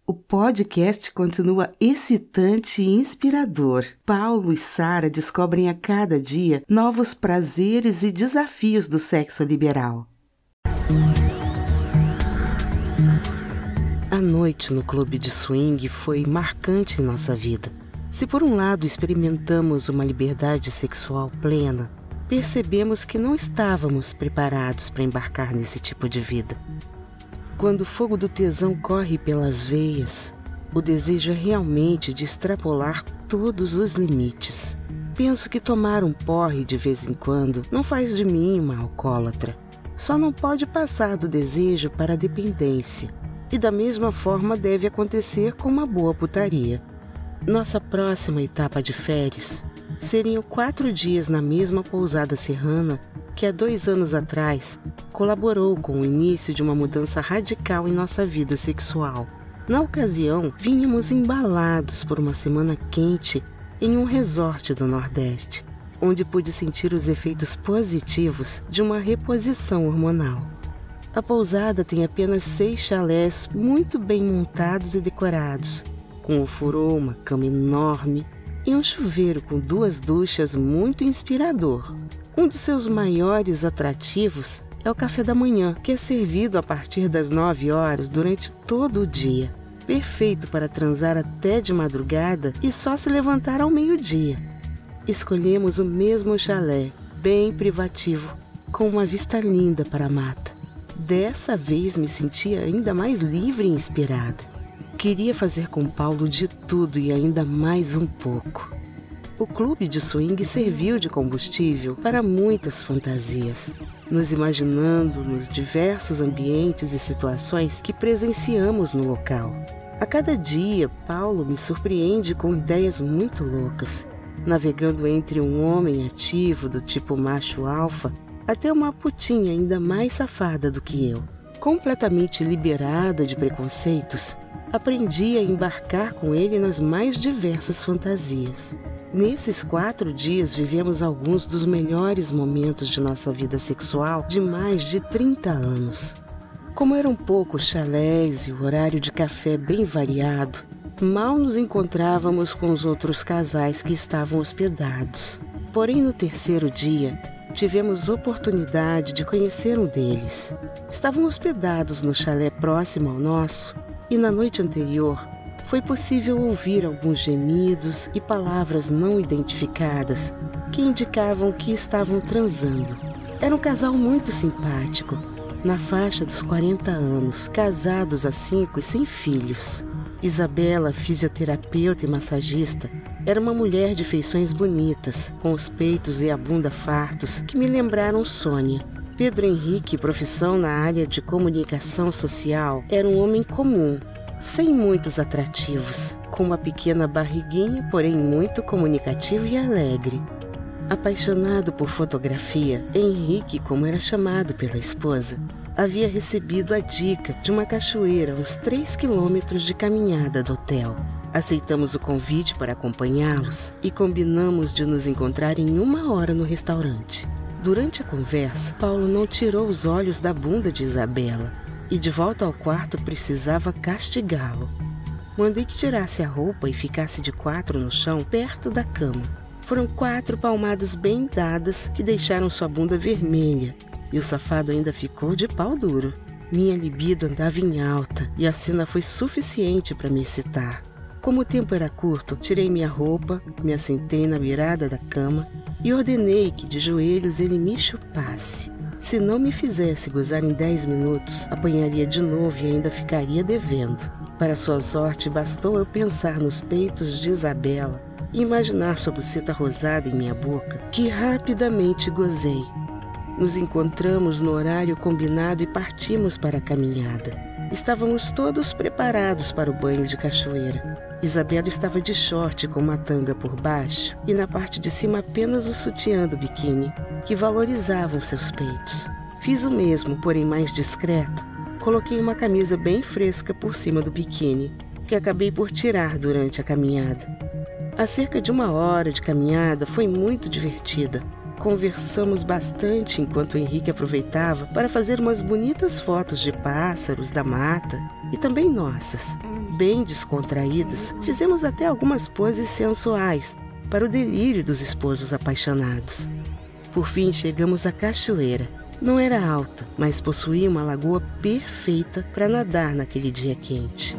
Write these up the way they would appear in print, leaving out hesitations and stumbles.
O podcast continua excitante e inspirador. Paulo e Sara descobrem a cada dia novos prazeres e desafios do sexo liberal. A noite no clube de swing foi marcante em nossa vida. Se por um lado experimentamos uma liberdade sexual plena, percebemos que não estávamos preparados para embarcar nesse tipo de vida. Quando o fogo do tesão corre pelas veias, o desejo é realmente de extrapolar todos os limites. Penso que tomar um porre de vez em quando não faz de mim uma alcoólatra. Só não pode passar do desejo para a dependência. E da mesma forma deve acontecer com uma boa putaria. Nossa próxima etapa de férias seriam 4 dias na mesma pousada serrana que há 2 anos atrás colaborou com o início de uma mudança radical em nossa vida sexual. Na ocasião, vínhamos embalados por uma semana quente em um resort do Nordeste, onde pude sentir os efeitos positivos de uma reposição hormonal. A pousada tem apenas 6 chalés muito bem montados e decorados, com ofurô, uma cama enorme e um chuveiro com 2 duchas muito inspirador. Um de seus maiores atrativos é o café da manhã, que é servido a partir das 9 horas durante todo o dia. Perfeito para transar até de madrugada e só se levantar ao meio-dia. Escolhemos o mesmo chalé, bem privativo, com uma vista linda para a mata. Dessa vez me sentia ainda mais livre e inspirada. Queria fazer com Paulo de tudo e ainda mais um pouco. O clube de swing serviu de combustível para muitas fantasias, nos imaginando nos diversos ambientes e situações que presenciamos no local. A cada dia, Paulo me surpreende com ideias muito loucas, navegando entre um homem ativo do tipo macho alfa até uma putinha ainda mais safada do que eu. Completamente liberada de preconceitos, aprendi a embarcar com ele nas mais diversas fantasias. Nesses 4 dias vivemos alguns dos melhores momentos de nossa vida sexual de mais de 30 anos. Como eram poucos chalés e o horário de café bem variado, mal nos encontrávamos com os outros casais que estavam hospedados. Porém, no 3º dia, tivemos oportunidade de conhecer um deles. Estavam hospedados no chalé próximo ao nosso e na noite anterior foi possível ouvir alguns gemidos e palavras não identificadas que indicavam que estavam transando. Era um casal muito simpático, na faixa dos 40 anos, casados há 5 e sem filhos. Isabela, fisioterapeuta e massagista, era uma mulher de feições bonitas, com os peitos e a bunda fartos que me lembraram Sônia. Pedro Henrique, profissão na área de comunicação social, era um homem comum, sem muitos atrativos, com uma pequena barriguinha, porém muito comunicativo e alegre. Apaixonado por fotografia, Henrique, como era chamado pela esposa, havia recebido a dica de uma cachoeira a uns 3 quilômetros de caminhada do hotel. Aceitamos o convite para acompanhá-los e combinamos de nos encontrar em 1 hora no restaurante. Durante a conversa, Paulo não tirou os olhos da bunda de Isabela e de volta ao quarto precisava castigá-lo. Mandei que tirasse a roupa e ficasse de 4 no chão perto da cama. Foram 4 palmadas bem dadas que deixaram sua bunda vermelha e o safado ainda ficou de pau duro. Minha libido andava em alta e a cena foi suficiente para me excitar. Como o tempo era curto, tirei minha roupa, me assentei na beirada da cama e ordenei que de joelhos ele me chupasse. Se não me fizesse gozar em 10 minutos, apanharia de novo e ainda ficaria devendo. Para sua sorte, bastou eu pensar nos peitos de Isabela e imaginar sua buceta rosada em minha boca, que rapidamente gozei. Nos encontramos no horário combinado e partimos para a caminhada. Estávamos todos preparados para o banho de cachoeira. Isabela estava de short com uma tanga por baixo e na parte de cima apenas o sutiã do biquíni, que valorizavam seus peitos. Fiz o mesmo, porém mais discreta. Coloquei uma camisa bem fresca por cima do biquíni, que acabei por tirar durante a caminhada. A cerca de 1 hora de caminhada foi muito divertida. Conversamos bastante enquanto Henrique aproveitava para fazer umas bonitas fotos de pássaros, da mata e também nossas. Bem descontraídos, fizemos até algumas poses sensuais para o delírio dos esposos apaixonados. Por fim, chegamos à cachoeira. Não era alta, mas possuía uma lagoa perfeita para nadar naquele dia quente.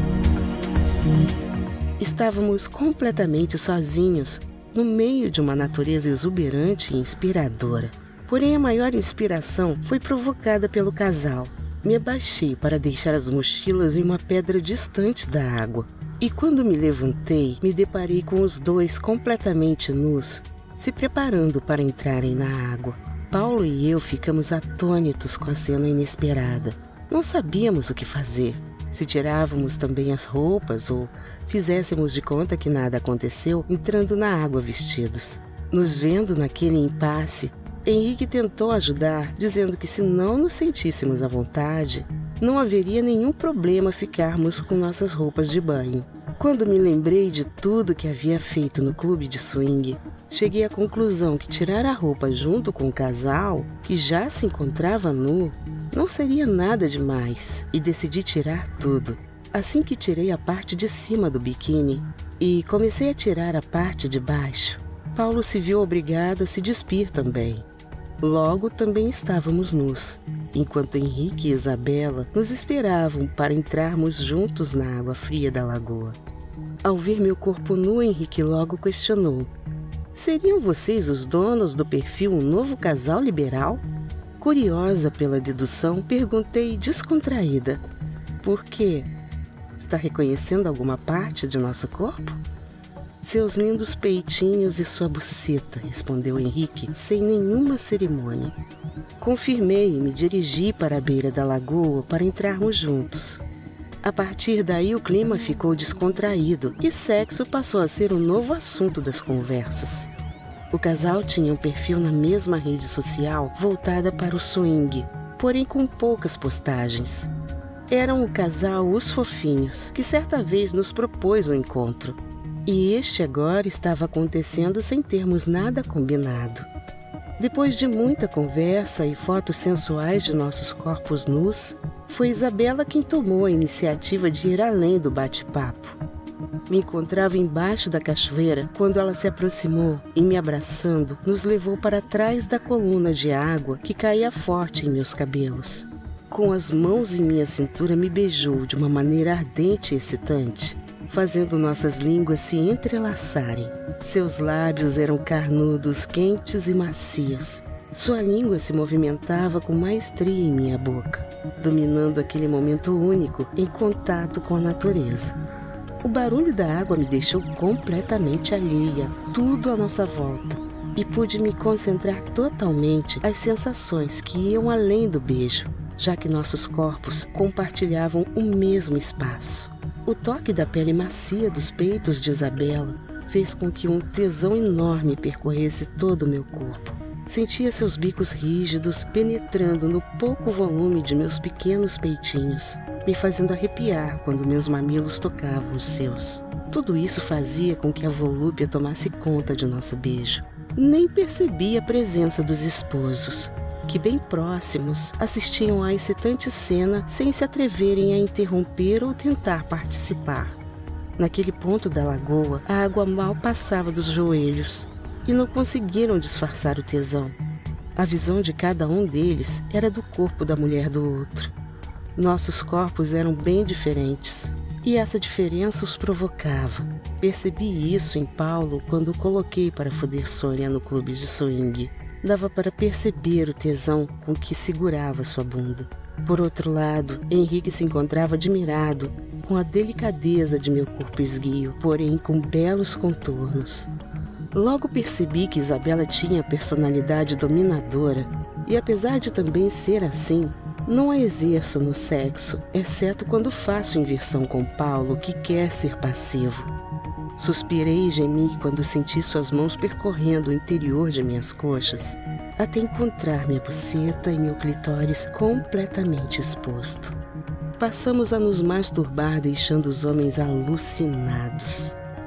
Estávamos completamente sozinhos, no meio de uma natureza exuberante e inspiradora. Porém, a maior inspiração foi provocada pelo casal. Me abaixei para deixar as mochilas em uma pedra distante da água. E quando me levantei, me deparei com os dois completamente nus, se preparando para entrarem na água. Paulo e eu ficamos atônitos com a cena inesperada. Não sabíamos o que fazer. Se tirávamos também as roupas ou fizéssemos de conta que nada aconteceu entrando na água vestidos. Nos vendo naquele impasse, Henrique tentou ajudar, dizendo que se não nos sentíssemos à vontade, não haveria nenhum problema ficarmos com nossas roupas de banho. Quando me lembrei de tudo que havia feito no clube de swing, cheguei à conclusão que tirar a roupa junto com o casal, que já se encontrava nu, não seria nada demais, e decidi tirar tudo. Assim que tirei a parte de cima do biquíni e comecei a tirar a parte de baixo, Paulo se viu obrigado a se despir também. Logo também estávamos nus, enquanto Henrique e Isabela nos esperavam para entrarmos juntos na água fria da lagoa. Ao ver meu corpo nu, Henrique logo questionou: "Seriam vocês os donos do perfil Um Novo Casal Liberal?" Curiosa pela dedução, perguntei descontraída: "Por quê? Está reconhecendo alguma parte de nosso corpo?" "Seus lindos peitinhos e sua buceta", respondeu Henrique sem nenhuma cerimônia. Confirmei e me dirigi para a beira da lagoa para entrarmos juntos. A partir daí o clima ficou descontraído e sexo passou a ser um novo assunto das conversas. O casal tinha um perfil na mesma rede social voltada para o swing, porém com poucas postagens. Eram o casal Os Fofinhos, que certa vez nos propôs um encontro. E este agora estava acontecendo sem termos nada combinado. Depois de muita conversa e fotos sensuais de nossos corpos nus, foi Isabela quem tomou a iniciativa de ir além do bate-papo. Me encontrava embaixo da cachoeira quando ela se aproximou e, me abraçando, nos levou para trás da coluna de água que caía forte em meus cabelos. Com as mãos em minha cintura, me beijou de uma maneira ardente e excitante, fazendo nossas línguas se entrelaçarem. Seus lábios eram carnudos, quentes e macios. Sua língua se movimentava com maestria em minha boca, dominando aquele momento único em contato com a natureza. O barulho da água me deixou completamente alheia a tudo à nossa volta e pude me concentrar totalmente às sensações que iam além do beijo, já que nossos corpos compartilhavam o mesmo espaço. O toque da pele macia dos peitos de Isabela fez com que um tesão enorme percorresse todo o meu corpo. Sentia seus bicos rígidos penetrando no pouco volume de meus pequenos peitinhos, me fazendo arrepiar quando meus mamilos tocavam os seus. Tudo isso fazia com que a volúpia tomasse conta de nosso beijo. Nem percebi a presença dos esposos, que bem próximos assistiam à excitante cena sem se atreverem a interromper ou tentar participar. Naquele ponto da lagoa, a água mal passava dos joelhos e não conseguiram disfarçar o tesão. A visão de cada um deles era do corpo da mulher do outro. Nossos corpos eram bem diferentes e essa diferença os provocava. Percebi isso em Paulo quando o coloquei para foder Sônia no clube de swing. Dava para perceber o tesão com que segurava sua bunda. Por outro lado, Henrique se encontrava admirado com a delicadeza de meu corpo esguio, porém com belos contornos. Logo percebi que Isabela tinha personalidade dominadora e, apesar de também ser assim, não a exerço no sexo, exceto quando faço inversão com Paulo, que quer ser passivo. Suspirei e gemi quando senti suas mãos percorrendo o interior de minhas coxas, até encontrar minha buceta e meu clitóris completamente exposto. Passamos a nos masturbar, deixando os homens alucinados.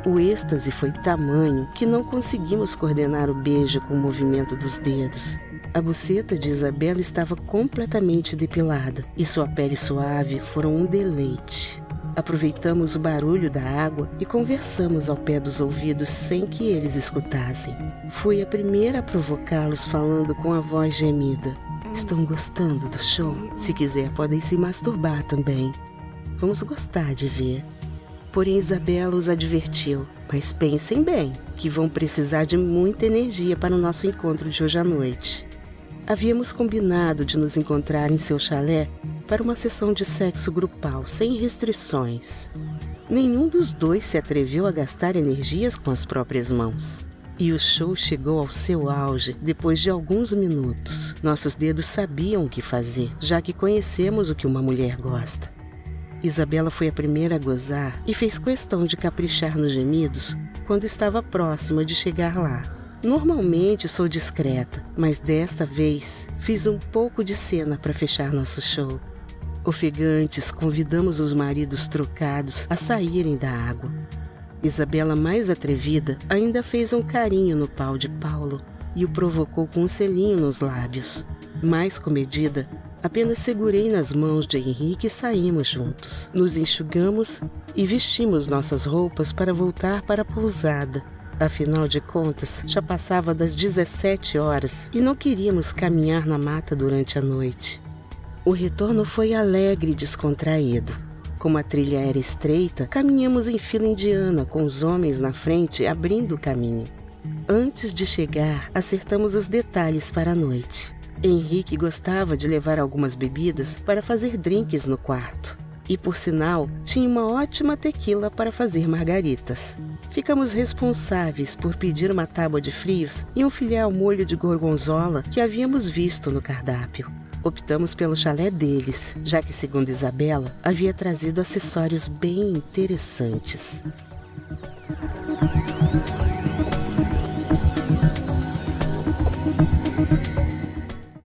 O êxtase foi tamanho que não conseguimos coordenar o beijo com o movimento dos dedos. A buceta de Isabela estava completamente depilada e sua pele suave foram um deleite. Aproveitamos o barulho da água e conversamos ao pé dos ouvidos sem que eles escutassem. Fui a primeira a provocá-los falando com a voz gemida. Estão gostando do show? Se quiser, podem se masturbar também. Vamos gostar de ver. Porém, Isabela os advertiu. Mas pensem bem, que vão precisar de muita energia para o nosso encontro de hoje à noite. Havíamos combinado de nos encontrar em seu chalé para uma sessão de sexo grupal, sem restrições. Nenhum dos dois se atreveu a gastar energias com as próprias mãos. E o show chegou ao seu auge depois de alguns minutos. Nossos dedos sabiam o que fazer, já que conhecemos o que uma mulher gosta. Isabela foi a primeira a gozar e fez questão de caprichar nos gemidos quando estava próxima de chegar lá. Normalmente sou discreta, mas desta vez fiz um pouco de cena para fechar nosso show. Ofegantes, convidamos os maridos trocados a saírem da água. Isabela, mais atrevida, ainda fez um carinho no pau de Paulo e o provocou com um selinho nos lábios. Mais comedida, apenas segurei nas mãos de Henrique e saímos juntos. Nos enxugamos e vestimos nossas roupas para voltar para a pousada. Afinal de contas, já passava das 17 horas e não queríamos caminhar na mata durante a noite. O retorno foi alegre e descontraído. Como a trilha era estreita, caminhamos em fila indiana, com os homens na frente abrindo o caminho. Antes de chegar, acertamos os detalhes para a noite. Henrique gostava de levar algumas bebidas para fazer drinks no quarto. E, por sinal, tinha uma ótima tequila para fazer margaritas. Ficamos responsáveis por pedir uma tábua de frios e um filé ao molho de gorgonzola que havíamos visto no cardápio. Optamos pelo chalé deles, já que, segundo Isabela, havia trazido acessórios bem interessantes.